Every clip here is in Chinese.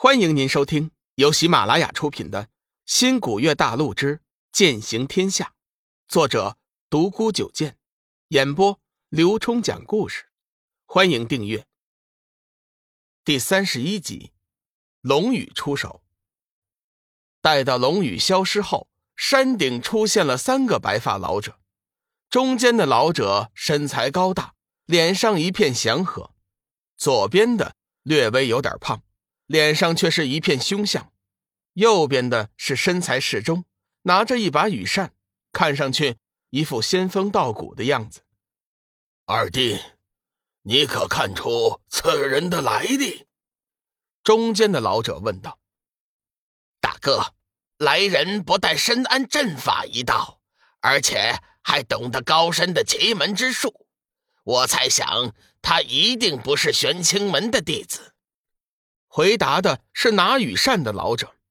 欢迎您收听由喜马拉雅出品的《新古月大陆之剑行天下》，作者独孤九剑，演播刘冲讲故事。欢迎订阅。第31集，龙宇出手。待到龙宇消失后，山顶出现了3个白发老者。中间的老者身材高大，脸上一片祥和，左边的略微有点胖，脸上却是一片凶相，右边的是身材适中，拿着一把羽扇，看上去一副仙风道骨的样子。 二弟，你可看出此人的来历？ 中间的老者问道。 大哥，来人不但深谙阵法一道，而且还懂得高深的奇门之术，我猜想他一定不是玄清门的弟子。 回答的是拿羽扇的老者。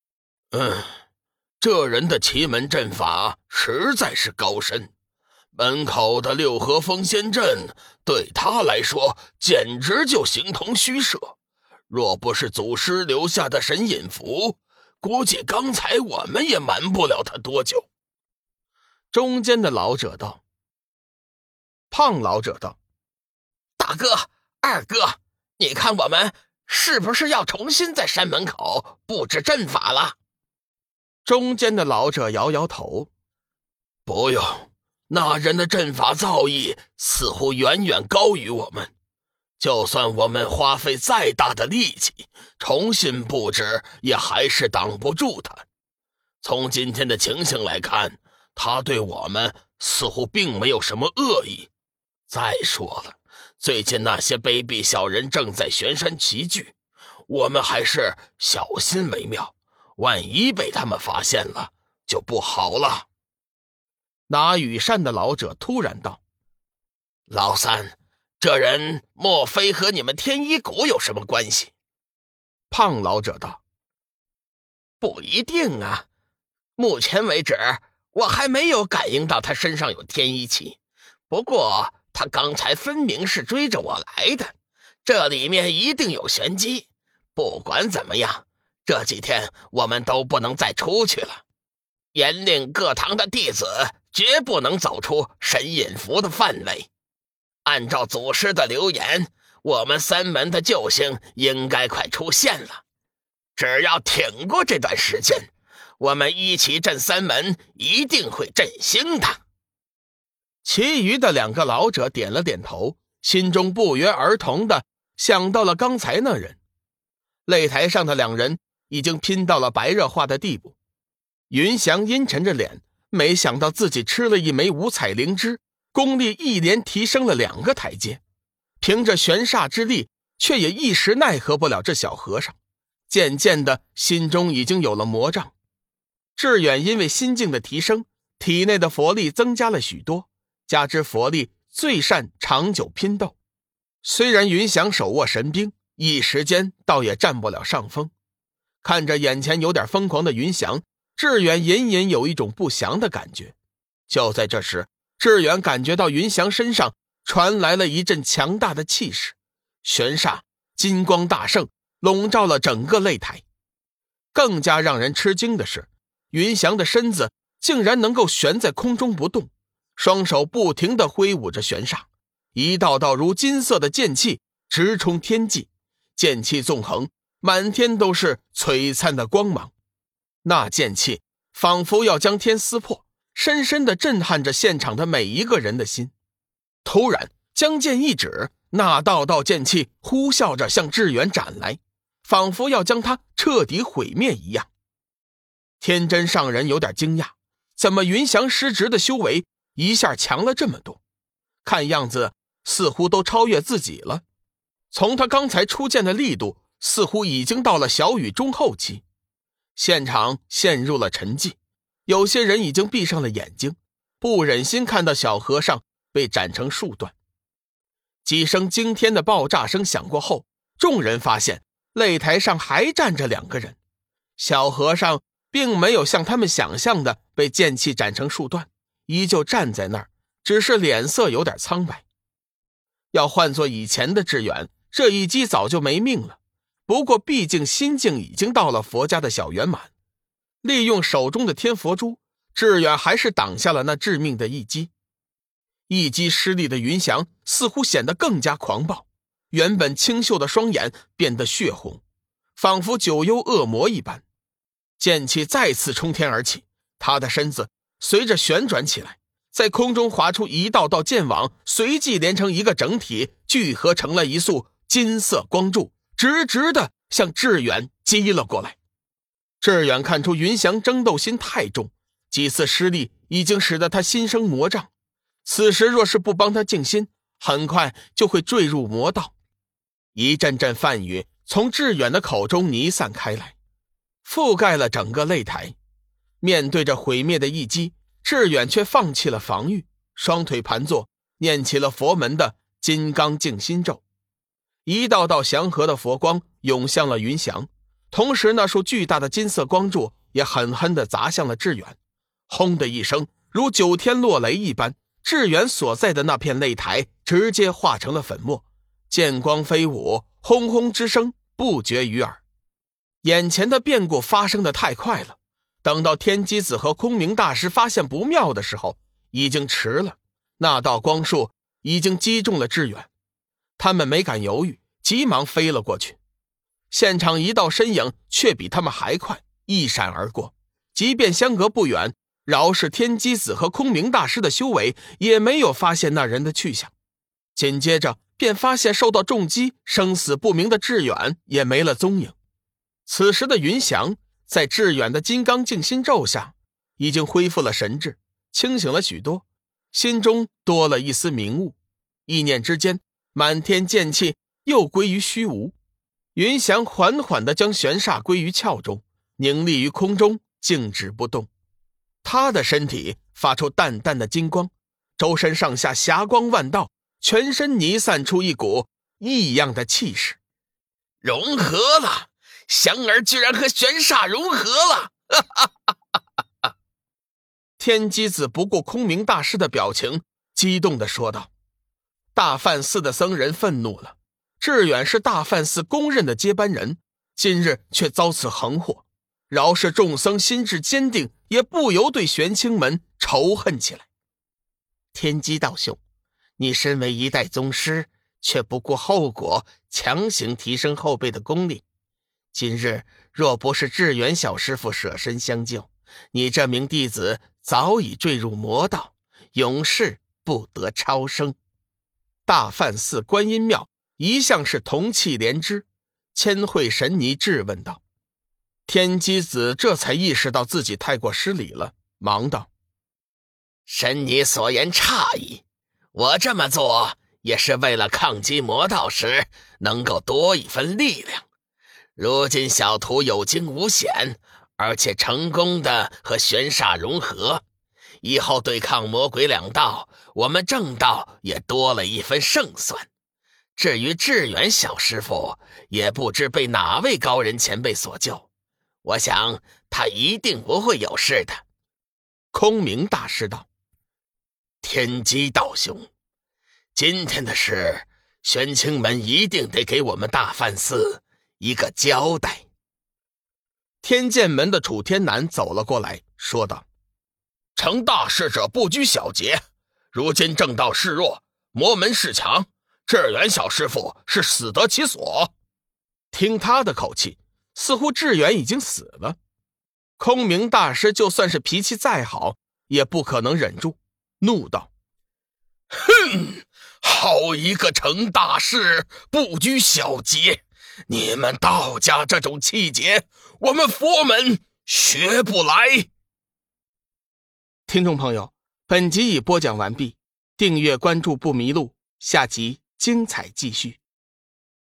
这人的奇门阵法实在是高深，门口的六合封仙阵对他来说简直就形同虚设，若不是祖师留下的神隐符，估计刚才我们也瞒不了他多久。 中间的老者道。胖老者道。 大哥，二哥，你看我们是不是要重新在山门口布置阵法了？ 中间的老者摇摇头。 不用，那人的阵法造诣似乎远远高于我们，就算我们花费再大的力气重新布置，也还是挡不住他。从今天的情形来看，他对我们似乎并没有什么恶意。再说了，最近那些卑鄙小人正在玄山齐聚，我们还是小心为妙，万一被他们发现了就不好了。 拿羽扇的老者突然道。 老三，这人莫非和你们天一谷有什么关系？ 胖老者道。 不一定啊，目前为止我还没有感应到他身上有天一气，不过他刚才分明是追着我来的，这里面一定有玄机。不管怎么样，这几天我们都不能再出去了，严令各堂的弟子绝不能走出神隐符的范围。按照祖师的留言，我们三门的救星应该快出现了，只要挺过这段时间，我们一起镇三门一定会振兴的。 其余的2个老者点了点头，心中不约而同地想到了刚才那人。擂台上的2人已经拼到了白热化的地步。云翔阴沉着脸，没想到自己吃了一枚五彩灵芝，功力一连提升了2个台阶，凭着玄煞之力，却也一时奈何不了这小和尚。渐渐的，心中已经有了魔障。志远因为心境的提升，体内的佛力增加了许多，加之佛力最善长久拼斗。虽然云翔手握神兵，一时间倒也占不了上风。看着眼前有点疯狂的云翔，志远隐隐有一种不祥的感觉。就在这时，志远感觉到云翔身上传来了一阵强大的气势，玄煞金光大盛，笼罩了整个擂台。更加让人吃惊的是，云翔的身子竟然能够悬在空中不动，双手不停地挥舞着玄煞，一道道如金色的剑气直冲天际，剑气纵横，满天都是璀璨的光芒。那剑气仿佛要将天撕破，深深地震撼着现场的每一个人的心。突然将剑一指，那道道剑气呼啸着向志远斩来，仿佛要将他彻底毁灭一样。天真上人有点惊讶，怎么云翔师侄的修为一下强了这么多？看样子似乎都超越自己了。从他刚才出剑的力度，似乎已经到了小雨中后期。现场陷入了沉寂，有些人已经闭上了眼睛，不忍心看到小和尚被斩成数段。几声惊天的爆炸声响过后，众人发现擂台上还站着2个人。小和尚并没有像他们想象的被剑气斩成数段，依旧站在那儿，只是脸色有点苍白。要换做以前的志远，这一击早就没命了。 不过毕竟心境已经到了佛家的小圆满，利用手中的天佛珠，志远还是挡下了那致命的一击。一击失利的云翔似乎显得更加狂暴，原本清秀的双眼变得血红，仿佛九幽恶魔一般。剑气再次冲天而起，他的身子随着旋转起来，在空中划出一道道剑网，随即连成一个整体，聚合成了一束金色光柱，直直的向志远击了过来。志远看出云翔争斗心太重，几次失利已经使得他心生魔障，此时若是不帮他静心，很快就会坠入魔道。一阵阵梵语从志远的口中弥散开来，覆盖了整个擂台。面对着毁灭的一击，志远却放弃了防御，双腿盘坐，念起了佛门的金刚静心咒。一道道祥和的佛光涌向了云翔，同时那束巨大的金色光柱也狠狠地砸向了志远。轰的一声，如九天落雷一般，志远所在的那片擂台直接化成了粉末，剑光飞舞，轰轰之声不绝于耳。眼前的变故发生得太快了，等到天机子和空明大师发现不妙的时候，已经迟了。那道光束已经击中了志远，他们没敢犹豫，急忙飞了过去。现场一道身影却比他们还快，一闪而过，即便相隔不远，饶是天机子和空明大师的修为也没有发现那人的去向。紧接着便发现受到重击生死不明的志远也没了踪影。此时的云翔在志远的金刚静心咒下已经恢复了神智，清醒了许多，心中多了一丝明悟，一念之间，满天剑气又归于虚无。云翔缓缓地将玄煞归于鞘中，凝立于空中，静止不动。他的身体发出淡淡的金光，周身上下霞光万道，全身弥散出一股异样的气势。 融合了，翔儿居然和玄煞融合了！ 天机子不顾空明大师的表情，激动地说道。大梵寺的僧人愤怒了，志远是大梵寺公认的接班人，今日却遭此横祸，饶是众僧心智坚定，也不由对玄清门仇恨起来。 天机道兄，你身为一代宗师，却不顾后果，强行提升后辈的功力。今日若不是志远小师傅舍身相救，你这名弟子早已坠入魔道，永世不得超生。 大梵寺观音庙一向是铜器莲枝，千惠神尼质问道。天机子这才意识到自己太过失礼了，忙道： 神尼所言差矣，我这么做也是为了抗击魔道时能够多一分力量。如今小徒有惊无险，而且成功的和玄煞融合，以后对抗魔鬼两道，我们正道也多了一分胜算。至于志远小师傅，也不知被哪位高人前辈所救，我想他一定不会有事的。 空明大师道： 天机道兄，今天的事，玄清门一定得给我们大梵寺一个交代。 天剑门的楚天南走了过来，说道： 成大事者不拘小节，如今正道势弱，魔门势强，志远小师傅是死得其所。 听他的口气，似乎志远已经死了。空明大师就算是脾气再好，也不可能忍住，怒道： 哼，好一个成大事不拘小节，你们道家这种气节，我们佛门学不来。 听众朋友，本集已播讲完毕，订阅关注不迷路，下集精彩继续。